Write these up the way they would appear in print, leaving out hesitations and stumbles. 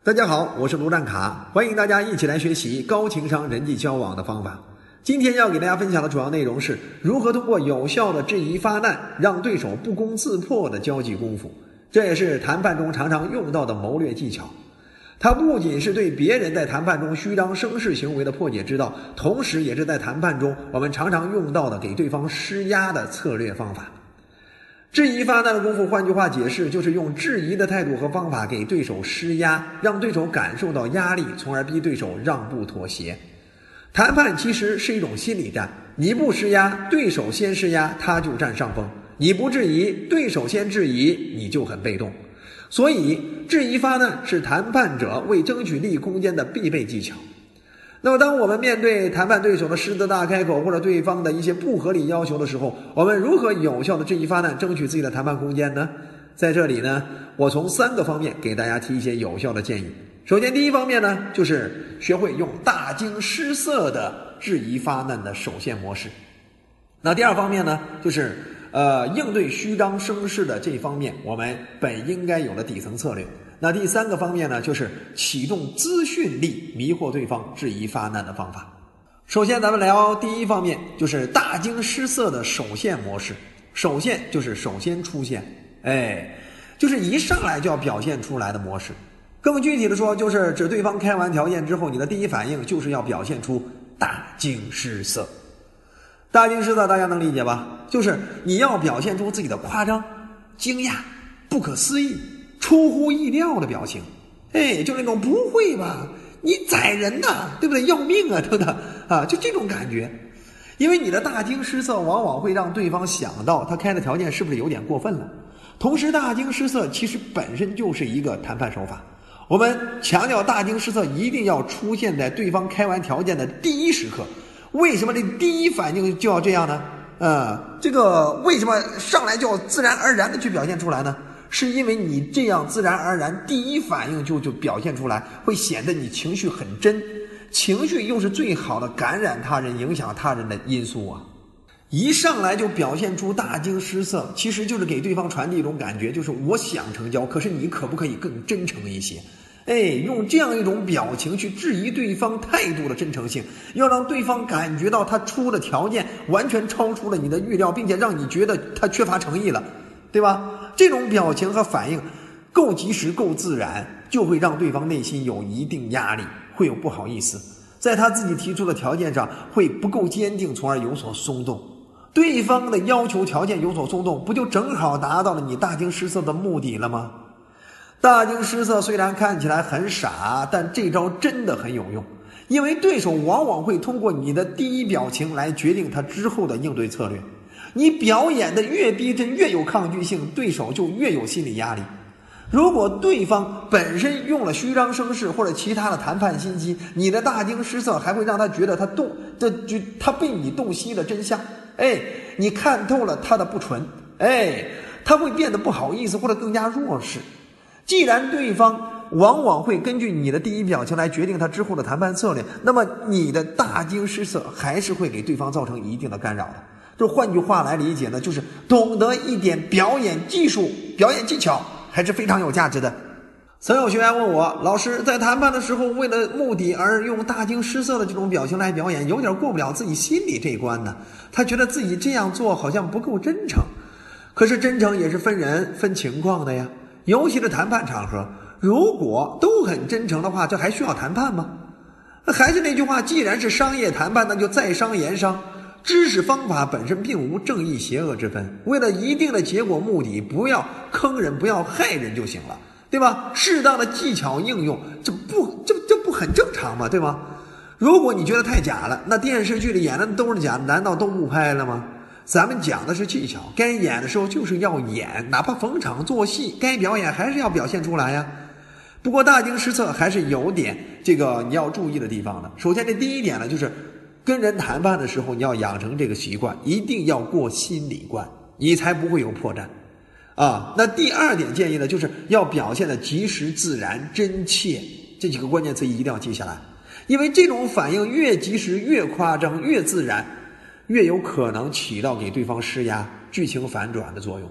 大家好，我是卢占卡，欢迎大家一起来学习高情商人际交往的方法。今天要给大家分享的主要内容是如何通过有效的质疑发难，让对手不攻自破的交际功夫。这也是谈判中常常用到的谋略技巧。它不仅是对别人在谈判中虚张声势行为的破解之道，同时也是在谈判中我们常常用到的给对方施压的策略方法。质疑发难的功夫，换句话解释，就是用质疑的态度和方法给对手施压，让对手感受到压力，从而逼对手让步妥协。谈判其实是一种心理战，你不施压，对手先施压，他就占上风；你不质疑，对手先质疑，你就很被动。所以，质疑发难是谈判者为争取利益空间的必备技巧。那么当我们面对谈判对手的狮子大开口，或者对方的一些不合理要求的时候，我们如何有效的质疑发难，争取自己的谈判空间呢？在这里呢，我从3个方面给大家提一些有效的建议。首先，第一方面呢，就是学会用大惊失色的质疑发难的首线模式。那第二方面呢，就是应对虚张声势的这方面，我们本应该有的底层策略。那第3个方面呢，就是启动资讯力，迷惑对方质疑发难的方法。首先咱们聊第一方面，就是大惊失色的首线模式。首线就是首先出现，就是一上来就要表现出来的模式。更具体的说，就是指对方开完条件之后，你的第一反应就是要表现出大惊失色。大惊失色大家能理解吧？就是你要表现出自己的夸张、惊讶、不可思议、出乎意料的表情。就那种不会吧，你宰人呐，对不对？要命啊，等等啊，就这种感觉。因为你的大惊失色往往会让对方想到他开的条件是不是有点过分了。同时，大惊失色其实本身就是一个谈判手法。我们强调大惊失色一定要出现在对方开完条件的第一时刻。为什么这第一反应就要这样呢？为什么上来就要自然而然的去表现出来呢？是因为你这样自然而然第一反应就表现出来，会显得你情绪很真，情绪又是最好的感染他人、影响他人的因素啊。一上来就表现出大惊失色，其实就是给对方传递一种感觉，就是我想成交，可是你可不可以更真诚一些？用这样一种表情去质疑对方态度的真诚性，要让对方感觉到他出的条件完全超出了你的预料，并且让你觉得他缺乏诚意了，对吧？这种表情和反应够及时够自然，就会让对方内心有一定压力，会有不好意思，在他自己提出的条件上会不够坚定，从而有所松动。对方的要求条件有所松动，不就正好达到了你大惊失色的目的了吗？大惊失色虽然看起来很傻，但这招真的很有用，因为对手往往会通过你的第一表情来决定他之后的应对策略。你表演的越逼真，越有抗拒性，对手就越有心理压力。如果对方本身用了虚张声势或者其他的谈判心机，你的大惊失色还会让他觉得他被你洞悉了真相，你看透了他的不纯，他会变得不好意思或者更加弱势。既然对方往往会根据你的第一表情来决定他之后的谈判策略，那么你的大惊失色还是会给对方造成一定的干扰的。这换句话来理解呢，就是懂得一点表演技术、表演技巧还是非常有价值的。曾有学员问我，老师，在谈判的时候为了目的而用大惊失色的这种表情来表演，有点过不了自己心里这一关呢。他觉得自己这样做好像不够真诚。可是真诚也是分人分情况的呀，尤其是谈判场合，如果都很真诚的话，这还需要谈判吗？还是那句话，既然是商业谈判，那就在商言商。知识方法本身并无正义邪恶之分，为了一定的结果目的，不要坑人，不要害人就行了，对吧？适当的技巧应用，这不很正常吗？对吗？如果你觉得太假了，那电视剧里演的都是假的，难道都不拍了吗？咱们讲的是技巧，该演的时候就是要演，哪怕逢场作戏，该表演还是要表现出来呀。不过大惊失色还是有点你要注意的地方的。首先这第一点呢，就是跟人谈判的时候，你要养成这个习惯，一定要过心理关，你才不会有破绽啊。那第二点建议呢，就是要表现的及时、自然、真切，这几个关键词一定要记下来，因为这种反应越及时、越夸张、越自然，越有可能起到给对方施压、剧情反转的作用。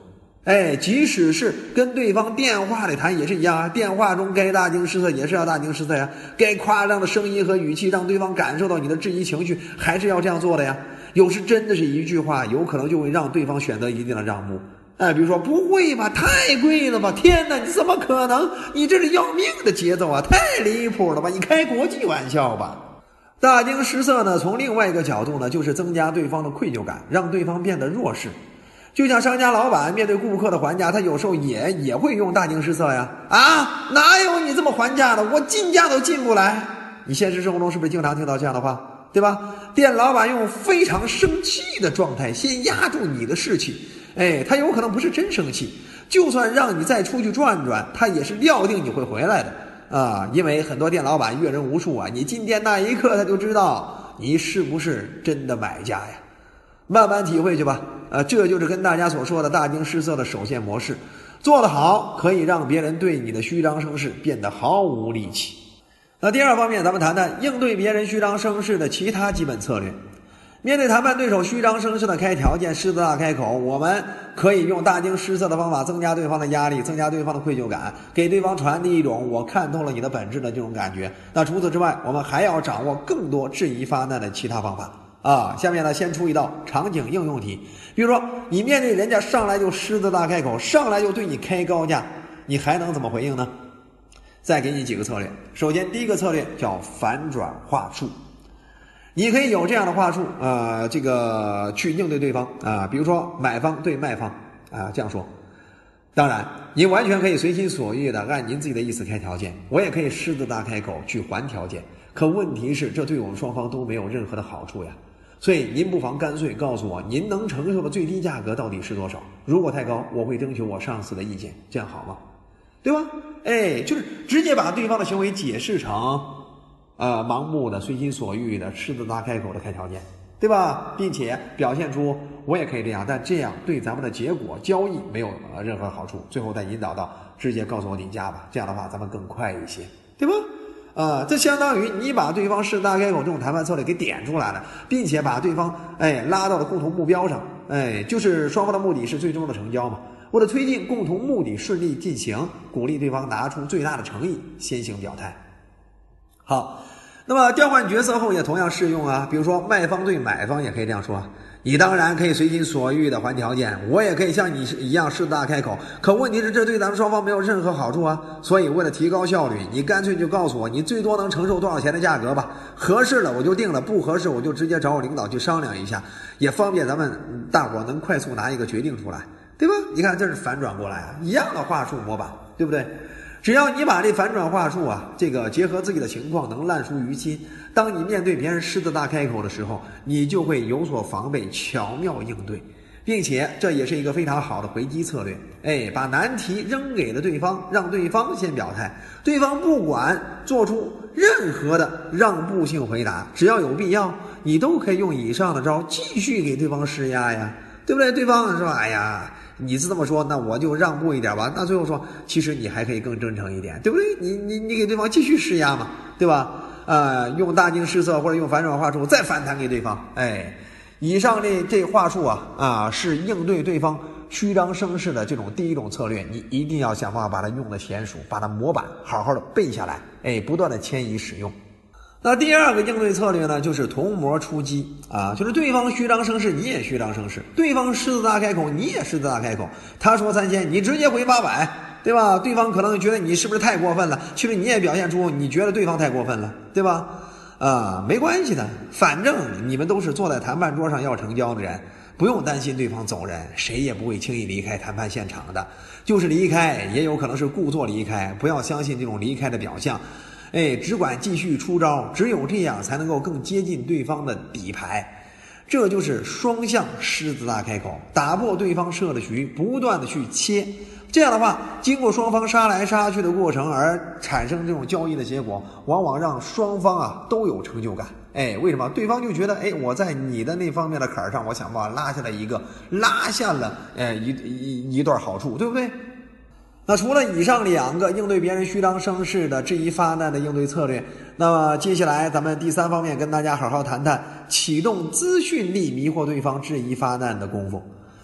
即使是跟对方电话里谈也是一样啊，电话中该大惊失色也是要大惊失色呀，该夸张的声音和语气让对方感受到你的质疑情绪，还是要这样做的呀。有时真的是一句话，有可能就会让对方选择一定的让步。比如说不会吧，太贵了吧，天哪，你怎么可能？你这是要命的节奏啊，太离谱了吧，你开国际玩笑吧。大惊失色呢，从另外一个角度呢，就是增加对方的愧疚感，让对方变得弱势。就像商家老板面对顾客的还价，他有时候也会用大惊失色呀。哪有你这么还价的？我进价都进不来。你现实生活中是不是经常听到这样的话，对吧？店老板用非常生气的状态先压住你的士气，他有可能不是真生气，就算让你再出去转转，他也是料定你会回来的因为很多店老板阅人无数啊，你进店那一刻他就知道你是不是真的买家呀。慢慢体会去吧。这就是跟大家所说的大惊失色的首线模式，做得好可以让别人对你的虚张声势变得毫无力气。那第二方面，咱们谈谈应对别人虚张声势的其他基本策略。面对谈判对手虚张声势的开条件，狮子大开口，我们可以用大惊失色的方法增加对方的压力，增加对方的愧疚感，给对方传递一种我看透了你的本质的这种感觉。那除此之外，我们还要掌握更多质疑发难的其他方法。下面呢，先出一道场景应用题。比如说你面对人家上来就狮子大开口，上来就对你开高价，你还能怎么回应呢？再给你几个策略。首先第一个策略叫反转话术。你可以有这样的话术去应对对方比如说买方对卖方这样说。当然你完全可以随心所欲的按您自己的意思开条件，我也可以狮子大开口去还条件，可问题是这对我们双方都没有任何的好处呀。所以您不妨干脆告诉我您能承受的最低价格到底是多少，如果太高我会征求我上司的意见，这样好吗？对吧？就是直接把对方的行为解释成盲目的随心所欲的狮子大开口的开条件，对吧？并且表现出我也可以这样，但这样对咱们的结果交易没有任何好处，最后再引导到直接告诉我你价吧，这样的话咱们更快一些，对吧？这相当于你把对方狮子大开口这种谈判策略给点出来了，并且把对方拉到了共同目标上，就是双方的目的是最终的成交嘛。为了推进共同目的顺利进行，鼓励对方拿出最大的诚意，先行表态。好，那么调换角色后也同样适用比如说卖方对买方也可以这样说，你当然可以随心所欲的还条件，我也可以像你一样狮子大开口，可问题是这对咱们双方没有任何好处所以为了提高效率，你干脆就告诉我你最多能承受多少钱的价格吧，合适了我就定了，不合适我就直接找我领导去商量一下，也方便咱们大伙能快速拿一个决定出来，对吧？你看这是反转过来一样的话术模板，对不对？只要你把这反转话术结合自己的情况能烂熟于心，当你面对别人狮子大开口的时候，你就会有所防备，巧妙应对，并且这也是一个非常好的回击策略。把难题扔给了对方，让对方先表态，对方不管做出任何的让步性回答，只要有必要，你都可以用以上的招继续给对方施压呀，对不对？对方说你是这么说，那我就让步一点吧。那最后说，其实你还可以更真诚一点，对不对？你给对方继续施压嘛，对吧？用大惊失色或者用反转话术再反弹给对方。以上这话术是应对对方虚张声势的这种第一种策略，你一定要想办法把它用的娴熟，把它模板好好的背下来，不断的迁移使用。那第二个应对策略呢，就是同模出击就是对方虚张声势，你也虚张声势；对方狮子大开口，你也狮子大开口。他说3000，你直接回800，对吧？对方可能觉得你是不是太过分了？其实你也表现出你觉得对方太过分了，对吧？没关系的，反正你们都是坐在谈判桌上要成交的人，不用担心对方走人，谁也不会轻易离开谈判现场的。就是离开，也有可能是故作离开，不要相信这种离开的表象。只管继续出招，只有这样才能够更接近对方的底牌。这就是双向狮子大开口，打破对方设的局，不断的去切。这样的话，经过双方杀来杀去的过程而产生这种交易的结果，往往让双方都有成就感。为什么？对方就觉得我在你的那方面的坎上，我想办法拉下了一段好处，对不对？那除了以上2个应对别人虚张声势的质疑发难的应对策略，那么接下来咱们第3方面跟大家好好谈谈启动资讯力迷惑对方质疑发难的功夫。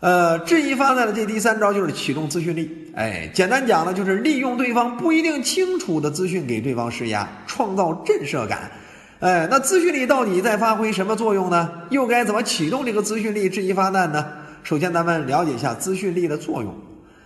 质疑发难的这第3招就是启动资讯力。简单讲呢，就是利用对方不一定清楚的资讯给对方施压，创造震慑感。那资讯力到底在发挥什么作用呢？又该怎么启动这个资讯力质疑发难呢？首先咱们了解一下资讯力的作用。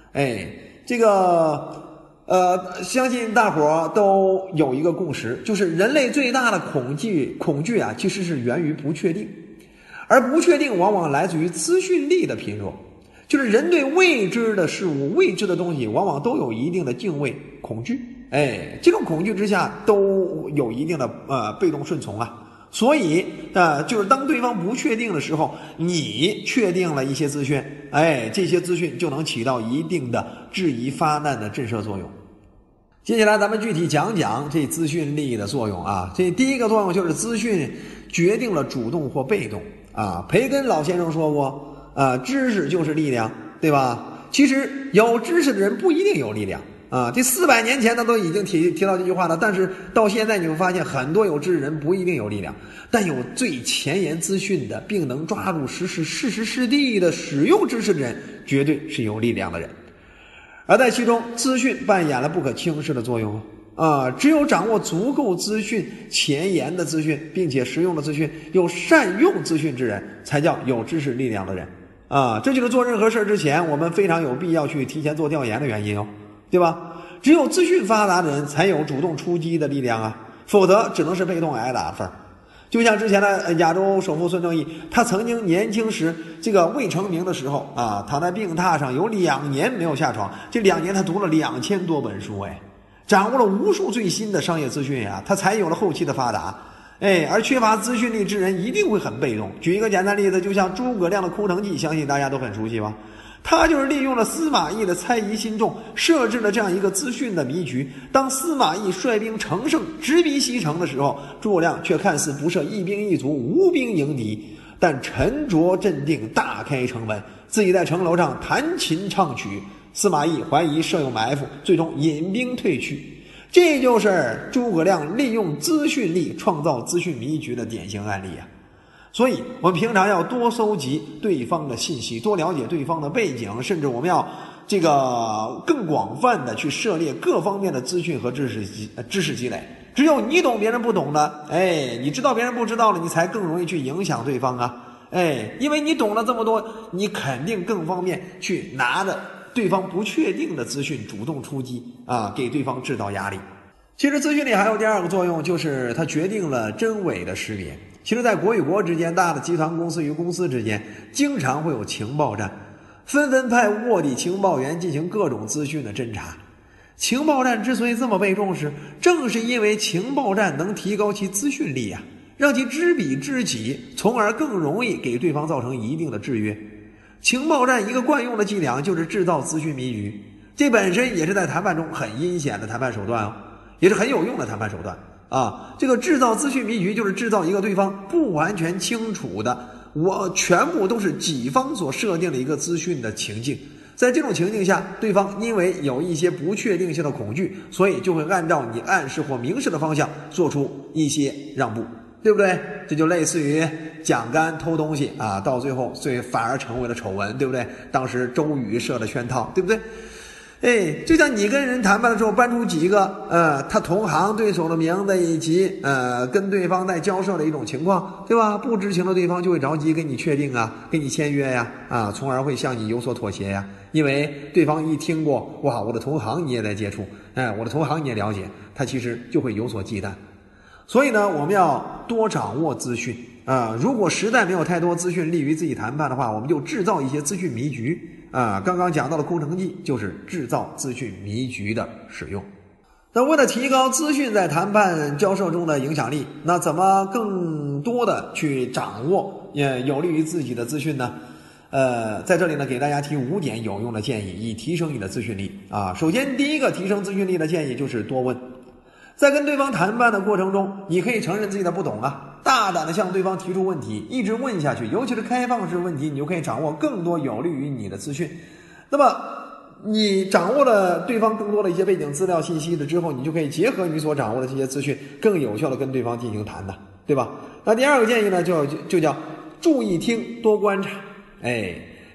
相信大伙都有一个共识，就是人类最大的恐惧啊，其实是源于不确定，而不确定往往来自于资讯力的贫弱。就是人对未知的事物、未知的东西，往往都有一定的敬畏、恐惧。这种恐惧之下，都有一定的被动顺从啊。所以就是当对方不确定的时候，你确定了一些资讯，这些资讯就能起到一定的质疑发难的震慑作用。接下来咱们具体讲讲这资讯力的作用啊。这第一个作用就是资讯决定了主动或被动啊。培根老先生说过，知识就是力量，对吧？其实有知识的人不一定有力量啊。这400年前他都已经提到这句话了，但是到现在你会发现，很多有知识人不一定有力量，但有最前沿资讯的，并能抓住事实实地的使用知识的人，绝对是有力量的人。而在其中，资讯扮演了不可轻视的作用只有掌握足够资讯、前沿的资讯，并且实用的资讯，有善用资讯之人，才叫有知识力量的人这就是做任何事之前，我们非常有必要去提前做调研的原因对吧？只有资讯发达的人才有主动出击的力量啊，否则只能是被动挨打分。就像之前的亚洲首富孙正义，他曾经年轻时这个未成名的时候躺在病榻上有2年没有下床，这2年他读了2000多本书掌握了无数最新的商业资讯他才有了后期的发达而缺乏资讯力之人一定会很被动。举一个简单例子，就像诸葛亮的空城计，相信大家都很熟悉吧？他就是利用了司马懿的猜疑心重，设置了这样一个资讯的迷局。当司马懿率兵乘胜直逼西城的时候，诸葛亮却看似不设一兵一卒，无兵迎敌，但沉着镇定，大开城门，自己在城楼上弹琴唱曲。司马懿怀疑设有埋伏，最终引兵退去。这就是诸葛亮利用资讯力创造资讯迷局的典型案例所以我们平常要多搜集对方的信息，多了解对方的背景，甚至我们要更广泛的去涉猎各方面的资讯和知识积累。只有你懂别人不懂的，你知道别人不知道的，你才更容易去影响对方因为你懂了这么多，你肯定更方便去拿着对方不确定的资讯主动出击给对方制造压力。其实资讯力还有第2个作用，就是它决定了真伪的识别。其实在国与国之间，大的集团公司与公司之间经常会有情报战，纷纷派卧底情报员进行各种资讯的侦查。情报战之所以这么被重视，正是因为情报战能提高其资讯力让其知彼知己，从而更容易给对方造成一定的制约。情报战一个惯用的伎俩就是制造资讯迷局，这本身也是在谈判中很阴险的谈判手段也是很有用的谈判手段这个制造资讯迷局就是制造一个对方不完全清楚的，我全部都是己方所设定的一个资讯的情境。在这种情境下，对方因为有一些不确定性的恐惧，所以就会按照你暗示或明示的方向做出一些让步，对不对？这就类似于蒋干偷东西到最后反而成为了丑闻，对不对？当时周瑜设的圈套，对不对？就像你跟人谈判的时候搬出几个他同行对手的名字，以及跟对方在交涉的一种情况，对吧？不知情的对方就会着急跟你确定跟你签约从而会向你有所妥协因为对方一听过哇，我的同行你也在接触我的同行你也了解，他其实就会有所忌惮。所以呢，我们要多掌握资讯如果实在没有太多资讯利于自己谈判的话，我们就制造一些资讯迷局刚刚讲到的空城计就是制造资讯迷局的使用。那为了提高资讯在谈判交涉中的影响力，那怎么更多的去掌握有利于自己的资讯呢？在这里呢，给大家提5点有用的建议，以提升你的资讯力首先，第一个提升资讯力的建议就是多问。在跟对方谈判的过程中，你可以承认自己的不懂大胆的向对方提出问题，一直问下去，尤其是开放式问题，你就可以掌握更多有利于你的资讯。那么你掌握了对方更多的一些背景资料信息的之后，你就可以结合你所掌握的这些资讯，更有效的跟对方进行谈对吧？那第2个建议呢，就叫注意听，多观察。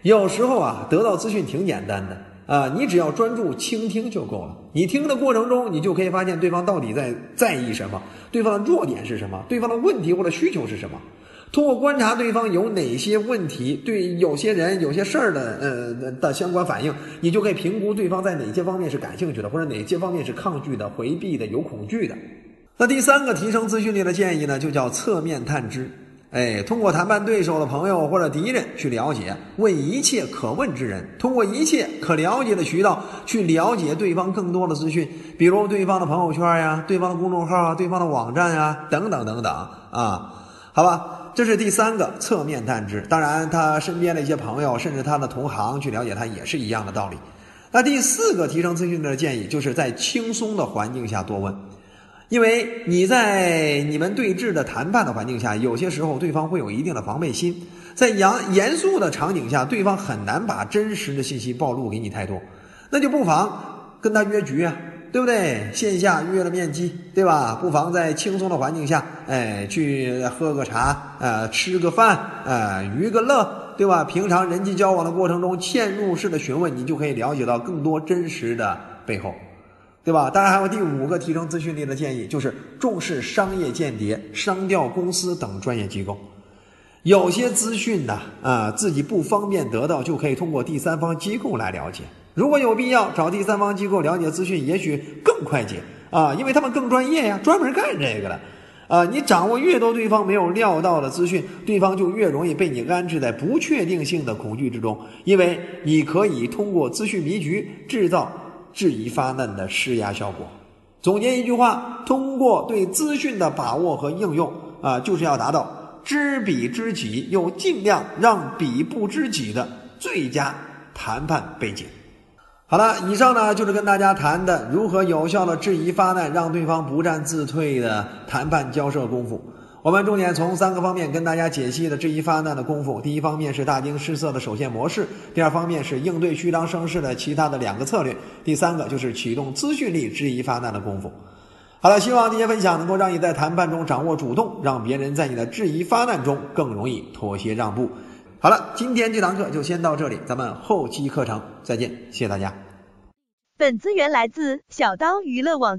有时候啊，得到资讯挺简单的啊，你只要专注倾听就够了。你听的过程中，你就可以发现对方到底在意什么，对方的弱点是什么，对方的问题或者需求是什么。通过观察对方有哪些问题，对有些人有些事儿的相关反应，你就可以评估对方在哪些方面是感兴趣的，或者哪些方面是抗拒的、回避的、有恐惧的。那第三个提升资讯力的建议呢，就叫侧面探知。通过谈判对手的朋友或者敌人去了解，问一切可问之人，通过一切可了解的渠道去了解对方更多的资讯，比如对方的朋友圈呀、对方的公众号啊、对方的网站呀等等等等啊，好吧，这是第三个侧面探知。当然他身边的一些朋友甚至他的同行去了解他也是一样的道理。那第四个提升资讯的建议就是在轻松的环境下多问。因为你在你们对峙的谈判的环境下，有些时候对方会有一定的防备心，在严肃的场景下，对方很难把真实的信息暴露给你太多，那就不妨跟他约局啊，对不对？线下约了面基，对吧？不妨在轻松的环境下，去喝个茶，吃个饭，娱个乐，对吧？平常人际交往的过程中，嵌入式的询问，你就可以了解到更多真实的背后。对吧？当然还有第五个提升资讯力的建议，就是重视商业间谍、商调公司等专业机构。有些资讯呢，自己不方便得到，就可以通过第三方机构来了解。如果有必要找第三方机构了解资讯，也许更快捷啊，因为他们更专业呀，专门干这个的。你掌握越多对方没有料到的资讯，对方就越容易被你安置在不确定性的恐惧之中，因为你可以通过资讯迷局制造质疑发难的施压效果。总结一句话，通过对资讯的把握和应用就是要达到知彼知己，又尽量让彼不知己的最佳谈判背景。好了，以上呢就是跟大家谈的如何有效的质疑发难，让对方不战自退的谈判交涉功夫。我们重点从3个方面跟大家解析了质疑发难的功夫。第一方面是大惊失色的手线模式，第二方面是应对虚张声势的其他的2个策略，第3个就是启动资讯力质疑发难的功夫。好了，希望这些分享能够让你在谈判中掌握主动，让别人在你的质疑发难中更容易妥协让步。好了，今天这堂课就先到这里，咱们后期课程再见，谢谢大家。 本资源来自小刀娱乐网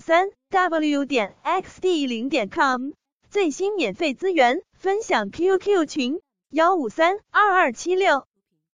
3w.xd0.com， 最新免费资源分享 QQ 群1532276。